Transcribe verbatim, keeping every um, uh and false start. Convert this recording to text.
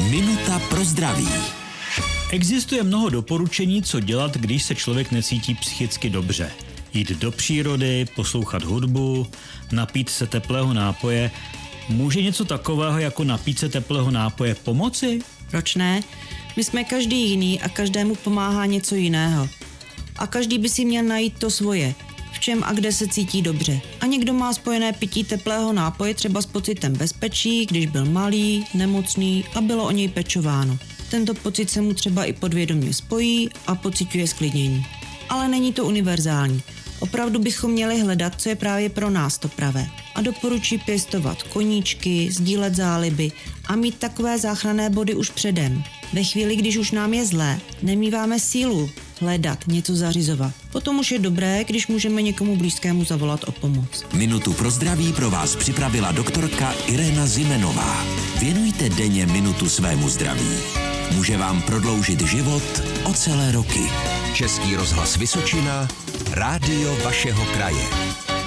Minuta pro zdraví. Existuje mnoho doporučení, co dělat, když se člověk necítí psychicky dobře. Jít do přírody, poslouchat hudbu, napít se teplého nápoje. Může něco takového jako napít se teplého nápoje pomoci? Proč ne? My jsme každý jiný a každému pomáhá něco jiného. A každý by si měl najít to svoje, v čem a kde se cítí dobře. A někdo má spojené pití teplého nápoje třeba s pocitem bezpečí, když byl malý, nemocný a bylo o něj pečováno. Tento pocit se mu třeba i podvědomě spojí a pociťuje sklidnění. Ale není to univerzální. Opravdu bychom měli hledat, co je právě pro nás to pravé. A doporučuji pěstovat koníčky, sdílet záliby a mít takové záchranné body už předem. Ve chvíli, když už nám je zlé, nemíváme sílu hledat, něco zařizovat. Potom už je dobré, když můžeme někomu blízkému zavolat o pomoc. Minutu pro zdraví pro vás připravila doktorka Irena Zimenová. Věnujte denně minutu svému zdraví. Může vám prodloužit život o celé roky. Český rozhlas Vysočina, rádio vašeho kraje.